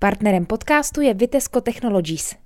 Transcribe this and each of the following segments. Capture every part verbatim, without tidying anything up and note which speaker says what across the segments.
Speaker 1: Partnerem podcastu je Vitesco Technologies.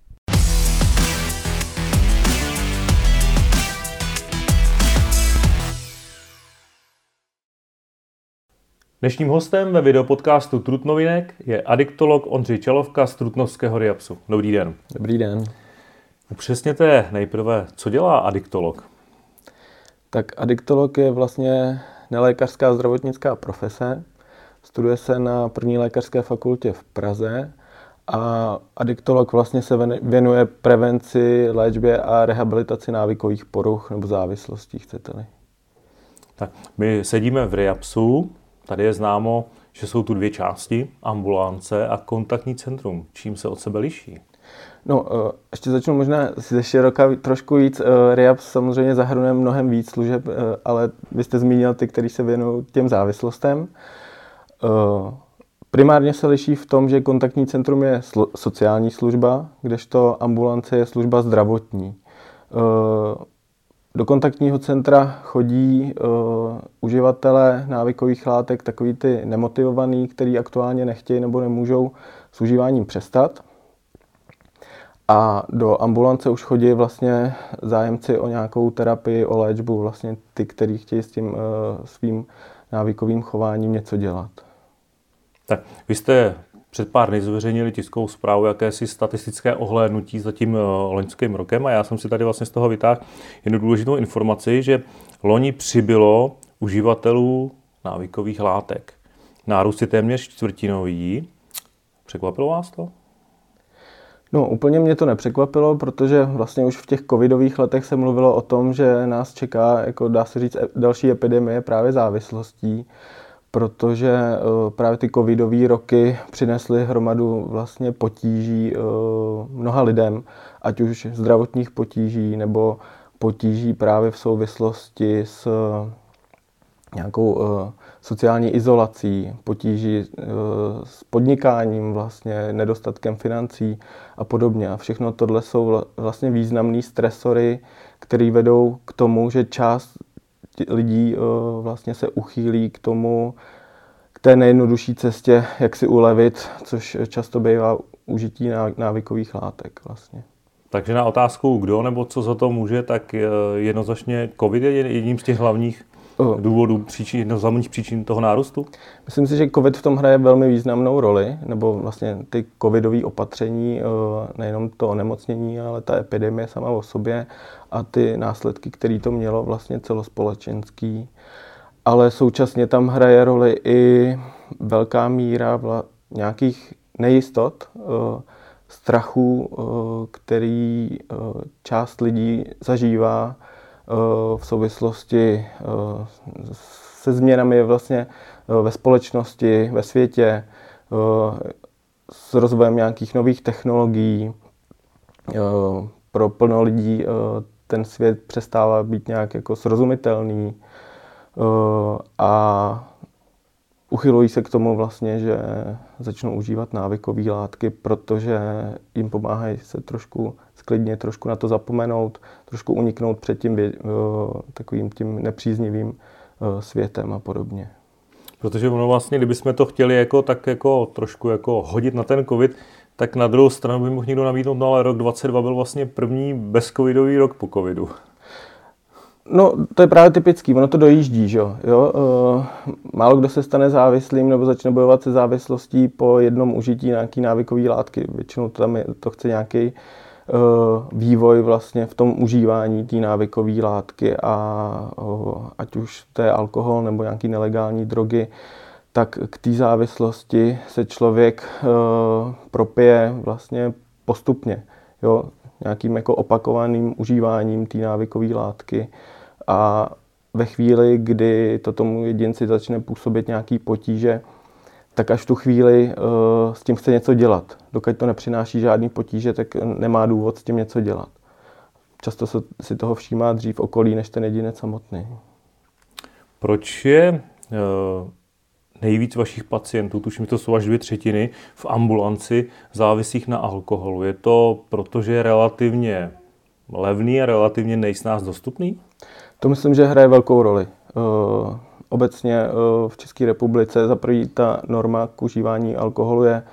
Speaker 2: Dnešním hostem ve videopodcastu Trutnovinek je adiktolog Ondřej Čelovka z trutnovského RIAPSu. Dobrý den.
Speaker 3: Dobrý den.
Speaker 2: Upřesněte nejprve, co dělá adiktolog?
Speaker 3: Tak adiktolog je vlastně nelékařská zdravotnická profese. Studuje se na první lékařské fakultě v Praze a adiktolog vlastně se věnuje prevenci, léčbě a rehabilitaci návykových poruch nebo závislostí, chcete-li.
Speaker 2: Tak, my sedíme v RIAPSu. Tady je známo, že jsou tu dvě části, ambulance a kontaktní centrum. Čím se od sebe liší?
Speaker 3: No, ještě začnu možná ze široka trošku víc. RIAPS samozřejmě zahrnuje mnohem víc služeb, ale vy jste zmínil ty, které se věnují těm závislostem. Primárně se liší v tom, že kontaktní centrum je sociální služba, kdežto ambulance je služba zdravotní. Do kontaktního centra chodí uh, uživatelé návykových látek, takový ty nemotivovaný, který aktuálně nechtějí nebo nemůžou s užíváním přestat. A do ambulance už chodí vlastně zájemci o nějakou terapii, o léčbu, vlastně ty, kteří chtějí s tím uh, svým návykovým chováním něco dělat.
Speaker 2: Tak, vy jste před pár dny zveřejnili tiskovou zprávu jakési statistické ohlédnutí za tím loňským rokem a já jsem si tady vlastně z toho vytáhl jednu důležitou informaci, že loni přibylo uživatelů návykových látek. Nárůst je téměř čtvrtinový. Překvapilo vás to?
Speaker 3: No, úplně mě to nepřekvapilo, protože vlastně už v těch covidových letech se mluvilo o tom, že nás čeká, jako dá se říct, další epidemie právě závislostí, protože uh, právě ty covidové roky přinesly hromadu vlastně potíží uh, mnoha lidem, ať už zdravotních potíží nebo potíží právě v souvislosti s uh, nějakou uh, sociální izolací, potíží uh, s podnikáním, vlastně nedostatkem financí a podobně. A všechno tohle jsou vlastně významné stresory, které vedou k tomu, že část lidí uh, vlastně se uchýlí k tomu, k té nejjednodušší cestě, jak si ulevit, což často bývá užití návykových látek vlastně.
Speaker 2: Takže na otázku, kdo nebo co za to může, tak jednoznačně COVID je jedním z těch hlavních uh. důvodů, příčin, jednou z hlavních příčin toho nárůstu?
Speaker 3: Myslím si, že COVID v tom hraje velmi významnou roli, nebo vlastně ty covidové opatření, nejenom to onemocnění, ale ta epidemie sama o sobě a ty následky, které to mělo vlastně celospolečenský. Ale současně tam hraje roli i velká míra vla, nějakých nejistot, strachů, který část lidí zažívá v souvislosti se změnami vlastně ve společnosti, ve světě, s rozvojem nějakých nových technologií. Pro plno lidí ten svět přestává být nějak jako srozumitelný a uchylují se k tomu vlastně, že začnou užívat návykové látky, protože jim pomáhají se trošku sklidnit, trošku na to zapomenout, trošku uniknout před tím takovým tím nepříznivým světem a podobně.
Speaker 2: Protože ono vlastně, kdybychom to chtěli jako, tak jako trošku jako hodit na ten covid, tak na druhou stranu by mohl někdo nabídnout, no ale rok dvacet dva byl vlastně první bezcovidový rok po covidu.
Speaker 3: No, to je právě typický, ono to dojíždí, že jo. Málo kdo se stane závislým nebo začne bojovat se závislostí po jednom užití nějaký návykový látky. Většinou to, tam je, to chce nějaký uh, vývoj vlastně v tom užívání té návykové látky a uh, ať už to je alkohol nebo nějaký nelegální drogy, tak k té závislosti se člověk uh, propije vlastně postupně, jo, nějakým jako opakovaným užíváním té návykové látky. A ve chvíli, kdy to tomu jedinci začne působit nějaký potíže, tak až v tu chvíli uh, s tím chce něco dělat. Dokud to nepřináší žádný potíže, tak nemá důvod s tím něco dělat. Často se, si toho všímá dřív okolí, než ten jedinec samotný.
Speaker 2: Proč je uh, nejvíc vašich pacientů, tuším, to jsou až dvě třetiny, v ambulanci závislých na alkoholu? Je to proto, že je relativně levný a relativně nejsnáz dostupný?
Speaker 3: To myslím, že hraje velkou roli. Uh, obecně uh, v České republice za první ta norma k užívání alkoholu je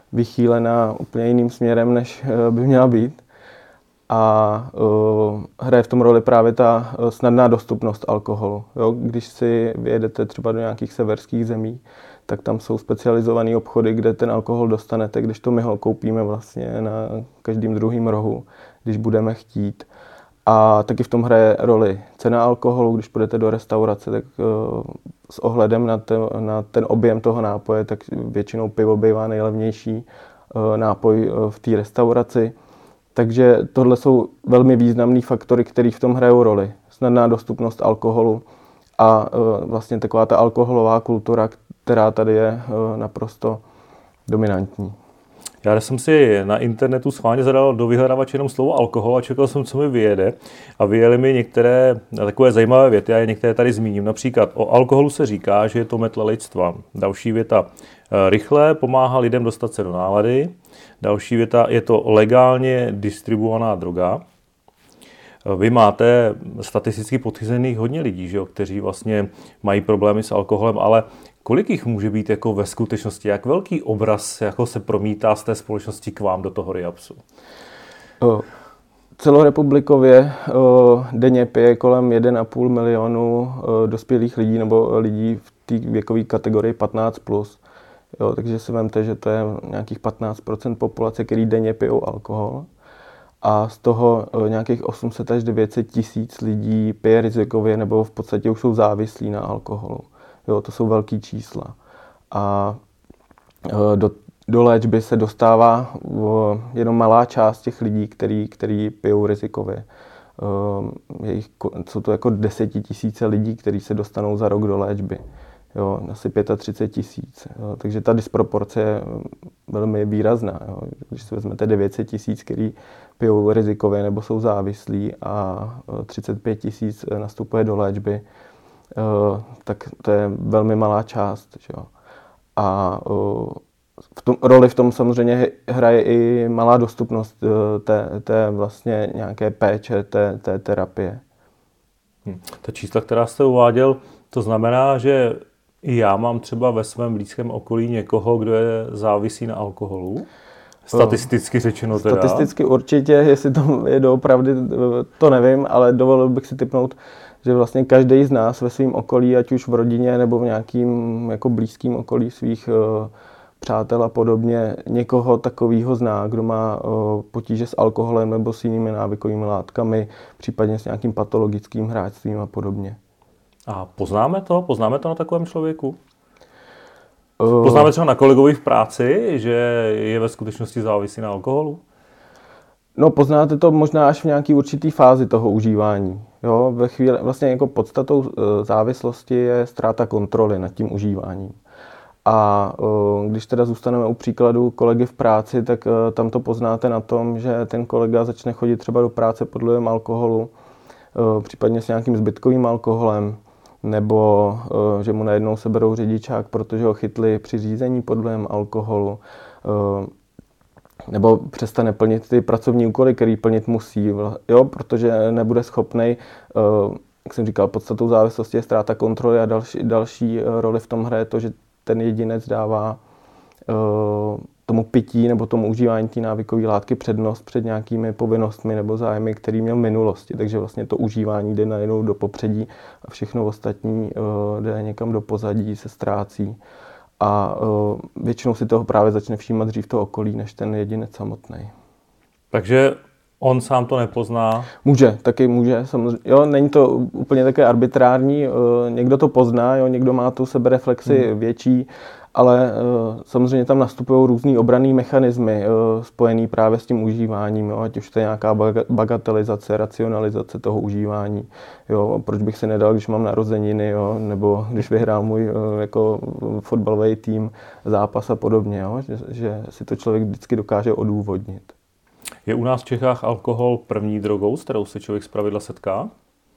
Speaker 3: vychýlená úplně jiným směrem, než by měla být. A uh, hraje v tom roli právě ta snadná dostupnost alkoholu. Jo? Když si vyjedete třeba do nějakých severských zemí, tak tam jsou specializované obchody, kde ten alkohol dostanete, když to my ho koupíme vlastně na každém druhém rohu, když budeme chtít. A taky v tom hraje roli cena alkoholu, když půjdete do restaurace, tak uh, s ohledem na, te, na ten objem toho nápoje, tak většinou pivo bývá nejlevnější uh, nápoj uh, v té restauraci. Takže tohle jsou velmi významný faktory, které v tom hrajou roli. Snadná dostupnost alkoholu a uh, vlastně taková ta alkoholová kultura, která tady je uh, naprosto dominantní.
Speaker 2: Já jsem si na internetu schválně zadal do vyhledávače jenom slovo alkohol a čekal jsem, co mi vyjede. A vyjeli mi některé takové zajímavé věty, já je některé tady zmíním. Například o alkoholu se říká, že je to metla lidstva. Další věta, rychle pomáhá lidem dostat se do nálady. Další věta, je to legálně distribuovaná droga. Vy máte statisticky podchycených hodně lidí, že jo, kteří vlastně mají problémy s alkoholem, ale kolik jich může být jako ve skutečnosti? Jak velký obraz jako se promítá z té společnosti k vám do toho RIAPSu?
Speaker 3: Celorepublikově denně pije kolem jedna a půl milionu dospělých lidí nebo lidí v té věkové kategorii patnáct plus. Jo, takže si vemte, že to je nějakých patnáct procent populace, který denně pijou alkohol. A z toho nějakých osm set až devět set tisíc lidí pije rizikově nebo v podstatě už jsou závislí na alkoholu. Jo, to jsou velký čísla. A do, do léčby se dostává jenom malá část těch lidí, který, který pijou rizikově. Jejich, jsou to jako desetitisíce lidí, kteří se dostanou za rok do léčby. Jo, asi třicet pět tisíc. Takže ta disproporce je velmi výrazná. Jo. Když si vezmete devět set tisíc, který pijou rizikově nebo jsou závislí a třicet pět tisíc nastupuje do léčby, tak to je velmi malá část. Že jo. A v tom, roli v tom samozřejmě hraje i malá dostupnost té, té vlastně nějaké péče, té, té terapie.
Speaker 2: Hmm. Ta čísla, která jste uváděl, to znamená, že i já mám třeba ve svém blízkém okolí někoho, kdo je závislý na alkoholu? Statisticky řečeno teda.
Speaker 3: Statisticky určitě, jestli to je doopravdy, to nevím, ale dovolil bych si tipnout, že vlastně každý z nás ve svém okolí, ať už v rodině nebo v nějakým jako blízkém okolí svých uh, přátel a podobně, někoho takového zná, kdo má uh, potíže s alkoholem nebo s jinými návykovými látkami, případně s nějakým patologickým hráčstvím a podobně.
Speaker 2: A poznáme to? Poznáme to na takovém člověku? Poznáme třeba na kolegovi v práci, že je ve skutečnosti závislý na alkoholu?
Speaker 3: No, poznáte to možná až v nějaké určité fázi toho užívání. Jo, ve chvíli, vlastně jako podstatou závislosti je ztráta kontroly nad tím užíváním. A když teda zůstaneme u příkladu kolegy v práci, tak tam to poznáte na tom, že ten kolega začne chodit třeba do práce pod vlivem alkoholu, případně s nějakým zbytkovým alkoholem, nebo uh, že mu najednou seberou řidičák, protože ho chytli při řízení pod vlivem alkoholu, uh, nebo přestane plnit ty pracovní úkoly, který plnit musí, jo, protože nebude schopnej, uh, jak jsem říkal, podstatou závislosti je ztráta kontroly a další, další roli v tom hraje to, že ten jedinec dává uh, tomu pití nebo tomu užívání té návykové látky přednost před nějakými povinnostmi nebo zájmy, který měl v minulosti. Takže vlastně to užívání jde najednou do popředí a všechno ostatní uh, jde někam do pozadí, se ztrácí. A uh, většinou si toho právě začne všímat dřív to okolí, než ten jedinec samotný.
Speaker 2: Takže on sám to nepozná?
Speaker 3: Může, taky může. Samozřejmě. Jo, není to úplně také arbitrární. Uh, někdo to pozná, jo, někdo má tu sebereflexi hmm. větší, ale uh, samozřejmě tam nastupují různý obranný mechanismy uh, spojený právě s tím užíváním, jo, ať už to je nějaká bagatelizace, racionalizace toho užívání. Jo, proč bych si nedal, když mám narozeniny, jo, nebo když vyhrál můj uh, jako fotbalový tým zápas a podobně, jo, že, že si to člověk vždycky dokáže odůvodnit.
Speaker 2: Je u nás v Čechách alkohol první drogou, s kterou se člověk zpravidla setká?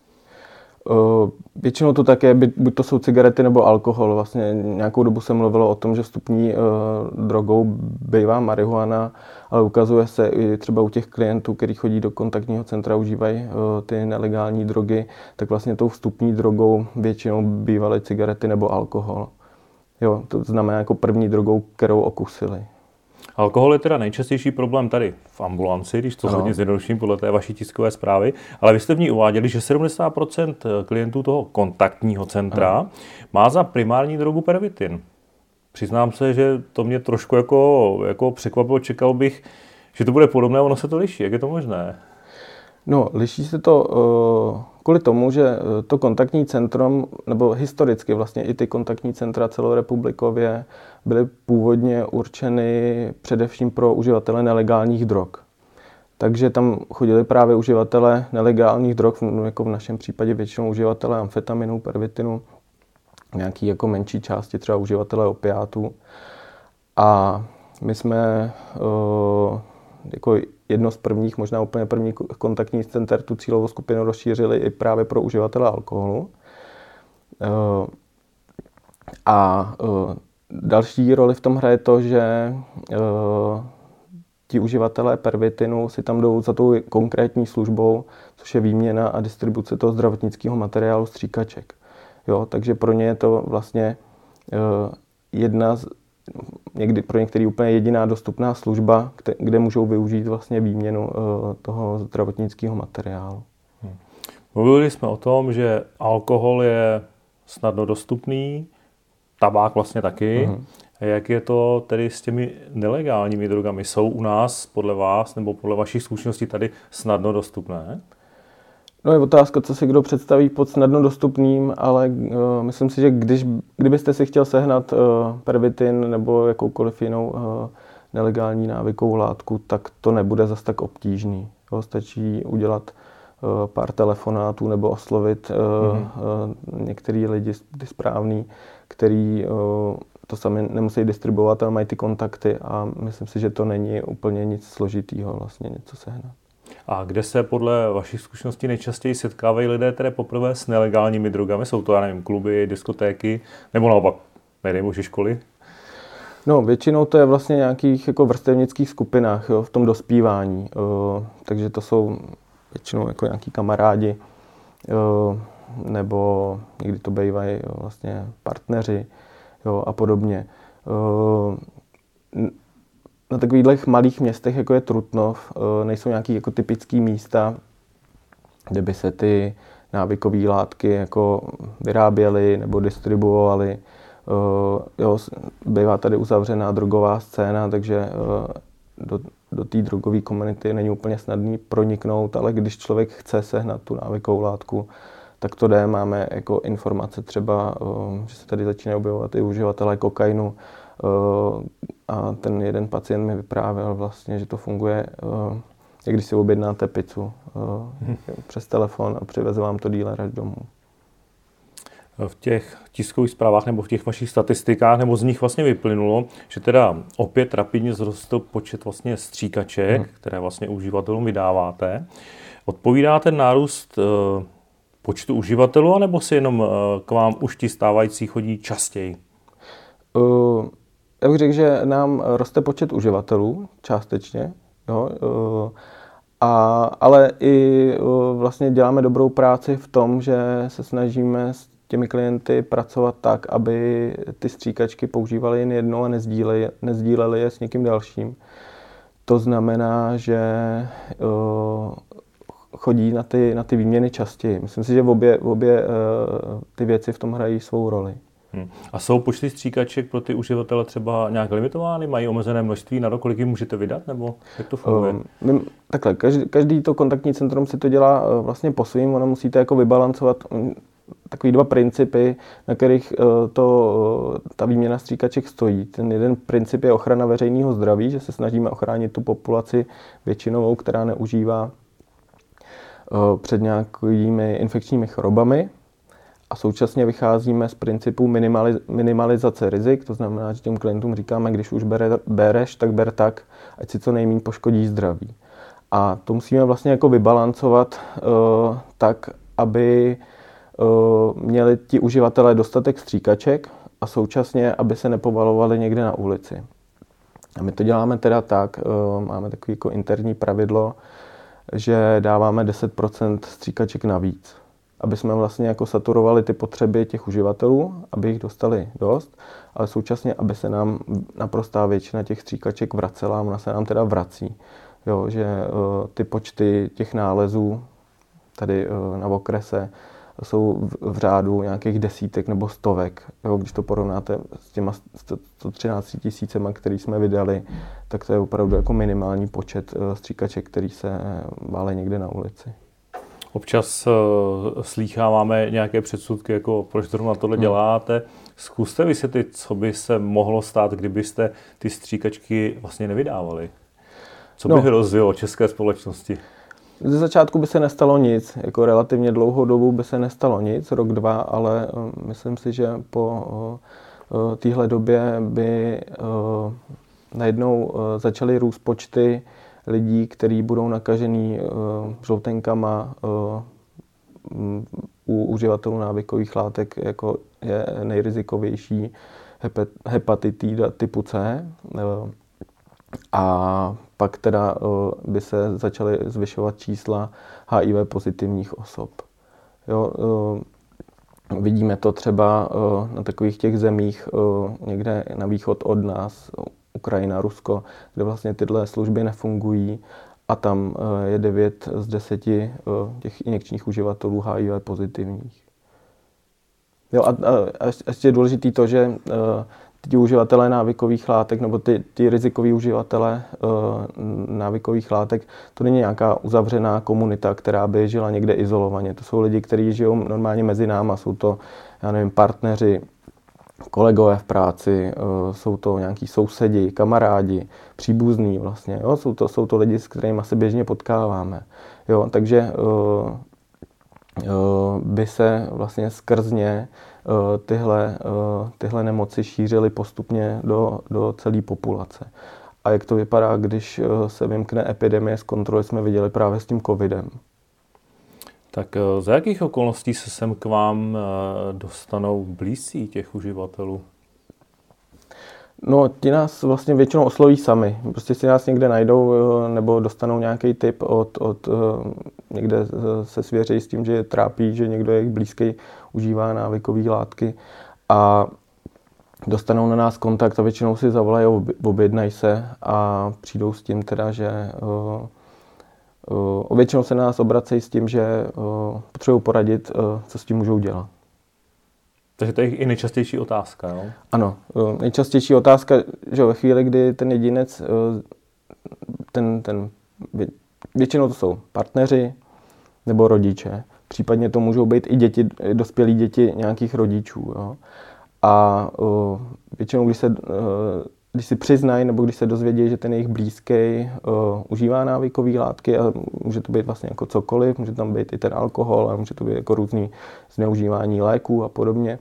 Speaker 3: Uh, většinou to také, buď to jsou cigarety nebo alkohol. Vlastně nějakou dobu se mluvilo o tom, že vstupní uh, drogou bývá marihuana, ale ukazuje se i třeba u těch klientů, kteří chodí do kontaktního centra, užívají uh, ty nelegální drogy, tak vlastně tou vstupní drogou většinou bývaly cigarety nebo alkohol. Jo, to znamená jako první drogou, kterou okusili.
Speaker 2: Alkohol je teda nejčastější problém tady v ambulanci, když to hodně zjednoduším podle té vaší tiskové zprávy, ale vy jste v ní uváděli, že sedmdesát procent klientů toho kontaktního centra ano. má za primární drogu pervitin. Přiznám se, že to mě trošku jako, jako překvapilo, čekal bych, že to bude podobné, ono se to liší. Jak je to možné?
Speaker 3: No, liší se to uh, kvůli tomu, že to kontaktní centrum, nebo historicky vlastně i ty kontaktní centra celorepublikově byly původně určeny především pro uživatele nelegálních drog. Takže tam chodili právě uživatelé nelegálních drog, jako v našem případě většinou uživatelé amfetaminu, pervitinu, nějaký jako menší části třeba uživatelé opiátů. A my jsme uh, jako jedno z prvních, možná úplně první kontaktní center tu cílovou skupinu rozšířili i právě pro uživatele alkoholu. A další roli v tom hraje to, že ti uživatelé pervitinu si tam jdou za tou konkrétní službou, což je výměna a distribuce toho zdravotnického materiálu stříkaček. Jo, takže pro ně je to vlastně jedna z někdy pro některý úplně jediná dostupná služba, kde můžou využít vlastně výměnu toho zdravotnického materiálu.
Speaker 2: Hmm. Mluvili jsme o tom, že alkohol je snadno dostupný, tabák vlastně taky. Hmm. Jak je to tedy s těmi nelegálními drogami? Jsou u nás podle vás nebo podle vašich zkušeností tady snadno dostupné?
Speaker 3: No je otázka, co si kdo představí pod snadno dostupným, ale uh, myslím si, že když, kdybyste si chtěl sehnat uh, pervitin nebo jakoukoliv jinou uh, nelegální návykovou látku, tak to nebude zas tak obtížný. Jo, stačí udělat uh, pár telefonátů nebo oslovit uh, mm-hmm. uh, některý lidi správný, který uh, to sami nemusí distribuovat, ale mají ty kontakty a myslím si, že to není úplně nic složitýho vlastně něco sehnat.
Speaker 2: A kde se podle vašich zkušeností nejčastěji setkávají lidé, které poprvé s nelegálními drogami? Jsou to, já nevím, kluby, diskotéky, nebo naopak, nedej bože, školy?
Speaker 3: No, většinou to je vlastně nějakých jako vrstevnických skupinách, jo, v tom dospívání. Uh, takže to jsou většinou jako nějaký kamarádi, uh, nebo někdy to bývají jo, vlastně partneři, jo, a podobně. Uh, Na takových malých městech, jako je Trutnov, nejsou nějaké jako typické místa, kde by se ty návykové látky jako vyráběly nebo distribuovaly. Jo, bývá tady uzavřená drogová scéna, takže do, do té drogové komunity není úplně snadný proniknout, ale když člověk chce sehnat tu návykovou látku, tak to jde. Máme jako informace třeba, že se tady začínají objevovat i uživatelé kokainu, a ten jeden pacient mi vyprávěl vlastně, že to funguje, jak když si objednáte pizzu hmm. přes telefon a přiveze vám to dealer až domů.
Speaker 2: V těch tiskových zprávách nebo v těch vašich statistikách, nebo z nich vlastně vyplynulo, že teda opět rapidně vzrostl počet vlastně stříkaček, hmm. které vlastně uživatelům vydáváte. Odpovídá ten nárůst počtu uživatelů, anebo si jenom k vám už ti stávající chodí častěji?
Speaker 3: Uh, Já bych řekl, že nám roste počet uživatelů částečně, jo, a, ale i vlastně děláme dobrou práci v tom, že se snažíme s těmi klienty pracovat tak, aby ty stříkačky používali jen jednou a nezdíleli, nezdíleli je s někým dalším. To znamená, že chodí na ty, na ty výměny častěji. Myslím si, že obě, obě ty věci v tom hrají svou roli.
Speaker 2: Hmm. A jsou počty stříkaček pro ty uživatele třeba nějak limitovány? Mají omezené množství na rok, kolik jim můžete vydat? Nebo jak to funguje?
Speaker 3: Um, takhle, každý, každý to kontaktní centrum si to dělá uh, vlastně po svým. Ono musíte jako vybalancovat um, takový dva principy, na kterých uh, to, uh, ta výměna stříkaček stojí. Ten jeden princip je ochrana veřejného zdraví, že se snažíme ochránit tu populaci většinovou, která neužívá uh, před nějakými infekčními chorobami. A současně vycházíme z principu minimaliz- minimalizace rizik, to znamená, že těm klientům říkáme, když už bere, bereš, tak ber tak, ať si co nejméně poškodí zdraví. A to musíme vlastně jako vybalancovat uh, tak, aby uh, měli ti uživatelé dostatek stříkaček a současně, aby se nepovalovali někde na ulici. A my to děláme teda tak, uh, máme takové jako interní pravidlo, že dáváme deset procent stříkaček navíc. aby jsme vlastně jako saturovali ty potřeby těch uživatelů, aby jich dostali dost, ale současně, aby se nám naprostá většina těch stříkaček vracela, ona se nám teda vrací. Jo, že uh, ty počty těch nálezů tady uh, na okrese jsou v, v řádu nějakých desítek nebo stovek. Jo, když to porovnáte s těma sto třinácti tisícema, který jsme vydali, tak to je opravdu jako minimální počet uh, stříkaček, který se válí někde na ulici.
Speaker 2: Občas uh, slýcháváme nějaké předsudky, jako proč zrovna tohle děláte. Zkuste vysvětlit, co by se mohlo stát, kdybyste ty stříkačky vlastně nevydávali. Co by no. hrozilo české společnosti?
Speaker 3: Ze začátku by se nestalo nic, jako relativně dlouhou dobu by se nestalo nic, rok, dva, ale uh, myslím si, že po uh, uh, téhle době by uh, najednou uh, začaly růst počty lidí, kteří budou nakažený uh, žloutenkama uh, u uživatelů návykových látek, jako je nejrizikovější hepatitida typu C. Uh, a pak teda uh, by se začaly zvyšovat čísla H I V pozitivních osob. Jo, uh, vidíme to třeba uh, na takových těch zemích uh, někde na východ od nás, Ukrajina, Rusko, kde vlastně tyhle služby nefungují a tam uh, je devět z deseti uh, těch injekčních uživatelů H I V pozitivních. Jo, a, a, a ještě je důležité to, že uh, ti uživatelé návykových látek nebo ty, ty rizikoví uživatelé uh, návykových látek, to není nějaká uzavřená komunita, která by žila někde izolovaně. To jsou lidi, kteří žijou normálně mezi náma. Jsou to, já nevím, partneři, kolegové v práci, uh, jsou to nějaký sousedi, kamarádi, příbuzní vlastně. Jo? Jsou, to, jsou to lidi, s kterými se běžně potkáváme. Jo? Takže uh, uh, by se vlastně skrz ně Tyhle, tyhle nemoci šířily postupně do, do celé populace. A jak to vypadá, když se vymkne epidemie, z kontroly jsme viděli právě s tím covidem.
Speaker 2: Tak za jakých okolností se sem k vám dostanou blízcí těch uživatelů?
Speaker 3: No, ti nás vlastně většinou osloví sami. Prostě si nás někde najdou nebo dostanou nějaký tip od, od někde se svěří s tím, že je trápí, že někdo je blízký užívá návykové látky a dostanou na nás kontakt a většinou si zavolají, objednají se a přijdou s tím teda, že uh, uh, většinou se na nás obracejí s tím, že uh, potřebují poradit, uh, co s tím můžou dělat.
Speaker 2: Takže to je i nejčastější otázka, jo?
Speaker 3: Ano, nejčastější otázka, že ve chvíli, kdy ten jedinec, ten, ten, většinou to jsou partneři nebo rodiče, případně to můžou být i děti, dospělí děti nějakých rodičů. Jo? A uh, většinou, když, se, uh, když si přiznají nebo když se dozvědí, že ten jejich blízký uh, užívá návykové látky, a může to být vlastně jako cokoliv, může tam být i ten alkohol a může to být jako různý zneužívání léků a podobně,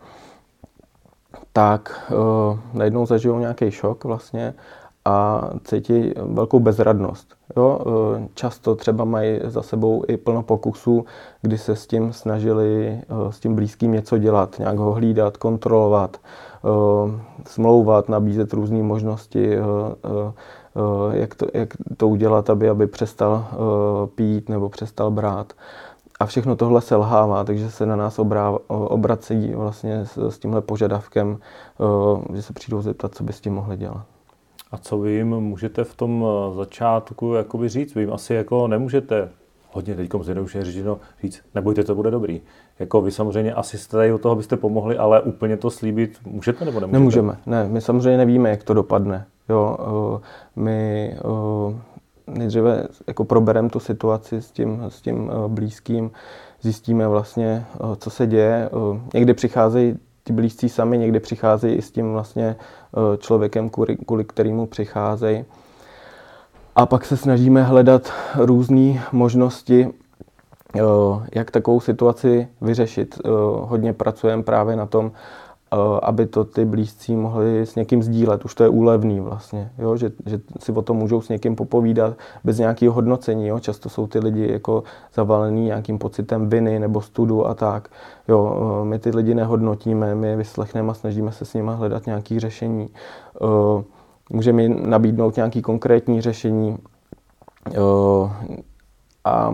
Speaker 3: tak uh, najednou zažijou nějaký šok vlastně a cítí velkou bezradnost. Jo? Uh, často třeba mají za sebou i plno pokusů, kdy se s tím snažili uh, s tím blízkým něco dělat, nějak ho hlídat, kontrolovat, uh, smlouvat, nabízet různé možnosti, uh, uh, jak, to, jak to udělat, aby, aby přestal uh, pít nebo přestal brát. A všechno tohle selhává, takže se na nás obrá, obrací vlastně s, s tímhle požadavkem, uh, že se přijdou zeptat, co by s tím mohli dělat.
Speaker 2: A co vy jim můžete v tom začátku jakoby říct? Vy jim asi jako nemůžete, hodně teďkom zjednodušeně řečeno, říct, nebojte, to bude dobrý. Jako vy samozřejmě asi jste tady od toho, abyste pomohli, ale úplně to slíbit můžete nebo nemůžete?
Speaker 3: Nemůžeme, ne, my samozřejmě nevíme, jak to dopadne. Jo, uh, my uh, nejdříve jako probereme tu situaci s tím, s tím uh, blízkým, zjistíme vlastně, uh, co se děje. Uh, někdy přicházejí ti blízcí sami, někdy přicházejí i s tím vlastně člověkem, kvůli, kvůli kterému přicházejí. A pak se snažíme hledat různé možnosti, jak takovou situaci vyřešit. Hodně pracujeme právě na tom, aby to ty blízcí mohli s někým sdílet. Už to je úlevný vlastně, jo? Že, že si o tom můžou s někým popovídat bez nějakého hodnocení. Jo? Často jsou ty lidi jako zavalený nějakým pocitem viny nebo studu a tak. Jo? My ty lidi nehodnotíme, my je vyslechneme a snažíme se s nimi hledat nějaké řešení. Můžeme jim nabídnout nějaké konkrétní řešení a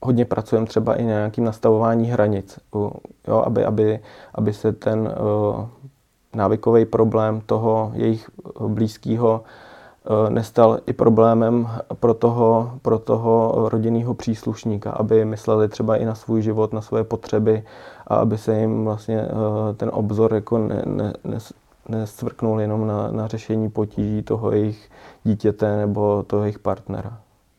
Speaker 3: hodně pracujeme třeba i na nějakým nastavování hranic, jo, aby, aby, aby se ten uh, návykový problém toho jejich blízkého uh, nestal i problémem pro toho, pro toho rodinného příslušníka, aby mysleli třeba i na svůj život, na svoje potřeby a aby se jim vlastně uh, ten obzor jako ne, ne, ne, nesvrknul jenom na, na řešení potíží toho jejich dítěte nebo toho jejich partnera.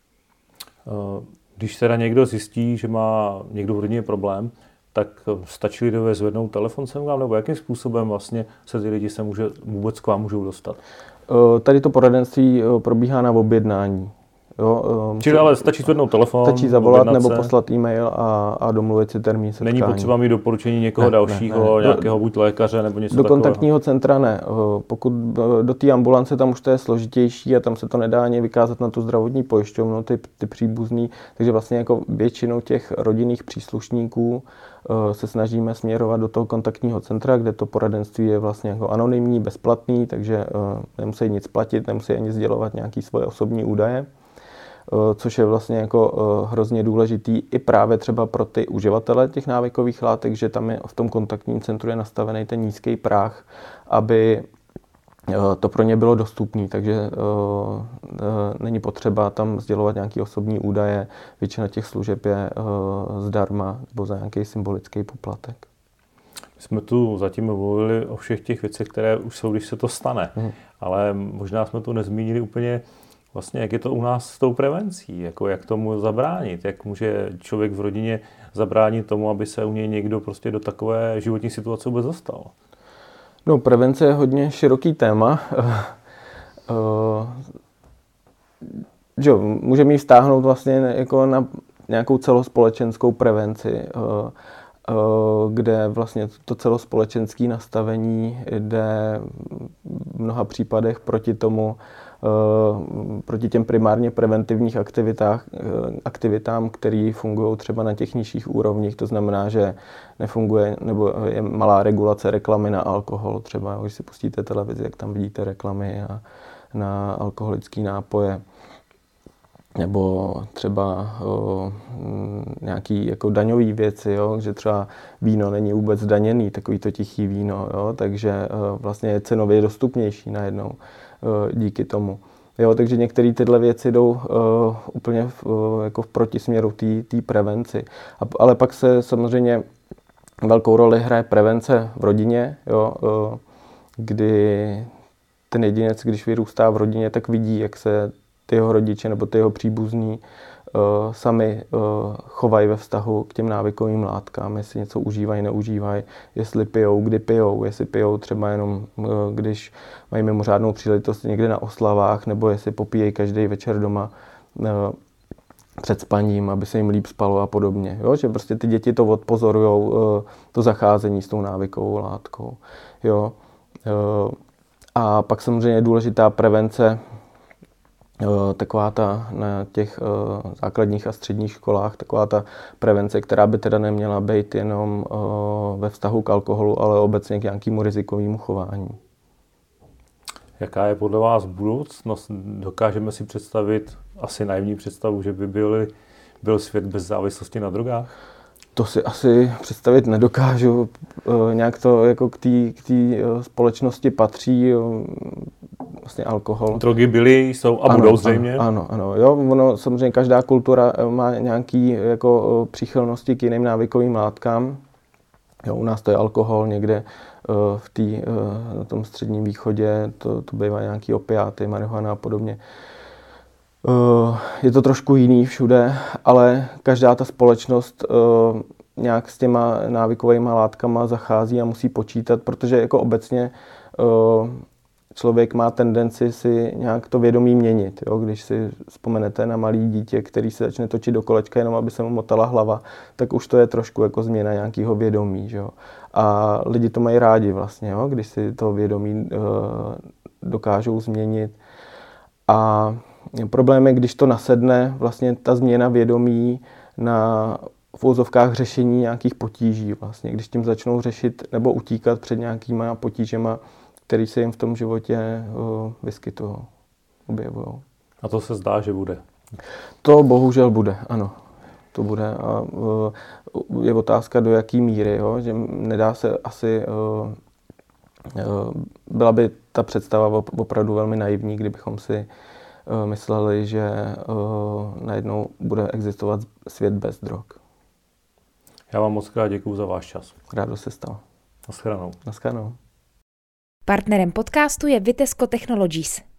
Speaker 2: Když teda někdo zjistí, že má někdo v rodině problém, tak stačí lidové zvednout telefon sem k vám, nebo jakým způsobem vlastně se ty lidi se může, vůbec k vám můžou dostat?
Speaker 3: Tady to poradenství probíhá na objednání. Jo,
Speaker 2: Čili ale stačí zvednout telefon,
Speaker 3: stačí zavolat nebo poslat e-mail a, a domluvit si termín setkání.
Speaker 2: Není potřeba mít doporučení někoho ne, dalšího, ne, ne. nějakého buď lékaře nebo něco
Speaker 3: do
Speaker 2: takového?
Speaker 3: Do kontaktního centra ne. Pokud do té ambulance, tam už to je složitější a tam se to nedá ani vykázat na tu zdravotní pojišťovnu, ty, ty příbuzný. Takže vlastně jako většinou těch rodinných příslušníků se snažíme směrovat do toho kontaktního centra, kde to poradenství je vlastně jako anonymní, bezplatný, takže nemusí nic platit, nemusí ani sdělovat nějaké svoje osobní údaje. Což je vlastně jako hrozně důležitý i právě třeba pro ty uživatele těch návykových látek, že tam je v tom kontaktním centru je nastavený ten nízký práh, aby to pro ně bylo dostupné, takže není potřeba tam sdělovat nějaké osobní údaje, většina těch služeb je zdarma nebo za nějaký symbolický poplatek.
Speaker 2: My jsme tu zatím mluvili o všech těch věcech, které už jsou, když se to stane, hmm. ale možná jsme tu nezmínili úplně vlastně, jak je to u nás s tou prevencí, jako jak tomu zabránit, jak může člověk v rodině zabránit tomu, aby se u něj někdo prostě do takové životní situace vůbec dostal.
Speaker 3: No, prevence je hodně široký téma. že můžeme ji vztáhnout vlastně jako na nějakou celospolečenskou prevenci, kde vlastně to celospolečenské nastavení jde v mnoha případech proti tomu, proti těm primárně preventivních aktivitách, aktivitám, které fungují třeba na těch nižších úrovních. To znamená, že nefunguje, nebo je malá regulace reklamy na alkohol. Třeba když si pustíte televizi, jak tam vidíte reklamy na, na alkoholické nápoje. Nebo třeba o, nějaký jako daňové věci, jo? Že třeba víno není vůbec zdaněný, takový to tichý víno, jo? Takže o, vlastně je cenově dostupnější najednou o, díky tomu. Jo? Takže některé tyhle věci jdou o, úplně v, o, jako v protisměru té prevenci. A, ale pak se samozřejmě velkou roli hraje prevence v rodině, jo? O, kdy ten jedinec, když vyrůstá v rodině, tak vidí, jak se ty jeho rodiče nebo ty jeho příbuzní uh, sami uh, chovají ve vztahu k těm návykovým látkám, jestli něco užívají, neužívají, jestli pijou, kdy pijou, jestli pijou třeba jenom, uh, když mají mimořádnou příležitost někde na oslavách, nebo jestli popíjejí každý večer doma uh, před spaním, aby se jim líp spalo a podobně. Jo? Že prostě ty děti to odpozorujou, uh, to zacházení s tou návykovou látkou. Jo? Uh, a pak samozřejmě je důležitá prevence, taková ta na těch uh, základních a středních školách, taková ta prevence, která by teda neměla být jenom uh, ve vztahu k alkoholu, ale obecně k nějakému rizikovému chování.
Speaker 2: Jaká je podle vás budoucnost? Dokážeme si představit asi naivní představu, že by byli, byl svět bez závislosti na drogách?
Speaker 3: To si asi představit nedokážu. Uh, nějak to jako k té k té uh, společnosti patří. Uh, Vlastně alkohol.
Speaker 2: Drogy byly, jsou a
Speaker 3: ano,
Speaker 2: budou zřejmě.
Speaker 3: Ano, ano, jo, ono samozřejmě každá kultura má nějaký jako příchylnosti k jiným návykovým látkám. Jo, u nás to je alkohol, někde v tý, na tom středním východě to, to bývá nějaký opiáty, marihuana a podobně. Je to trošku jiný všude, ale každá ta společnost nějak s těma návykovými látkama zachází a musí počítat, protože jako obecně člověk má tendenci si nějak to vědomí měnit. Jo? Když si vzpomenete na malý dítě, který se začne točit do kolečka, jenom aby se mu motala hlava, tak už to je trošku jako změna nějakého vědomí. Že jo? A lidi to mají rádi vlastně, jo? Když si to vědomí uh, dokážou změnit. A problém je, když to nasedne, vlastně ta změna vědomí na v úzovkách řešení nějakých potíží. Vlastně. Když tím začnou řešit nebo utíkat před nějakýma potížema, který se jim v tom životě uh, vyskytují, objevují.
Speaker 2: A to se zdá, že bude?
Speaker 3: To bohužel bude, ano. to bude. A je otázka, do jaký míry, jo? Že nedá se asi... Byla by ta představa opravdu velmi naivní, kdybychom si mysleli, že najednou bude existovat svět bez drog.
Speaker 2: Já vám moc krát děkuju za váš čas.
Speaker 3: Rádo se stalo.
Speaker 2: Naschledanou.
Speaker 3: Naschledanou.
Speaker 1: Partnerem podcastu je Vitesco Technologies.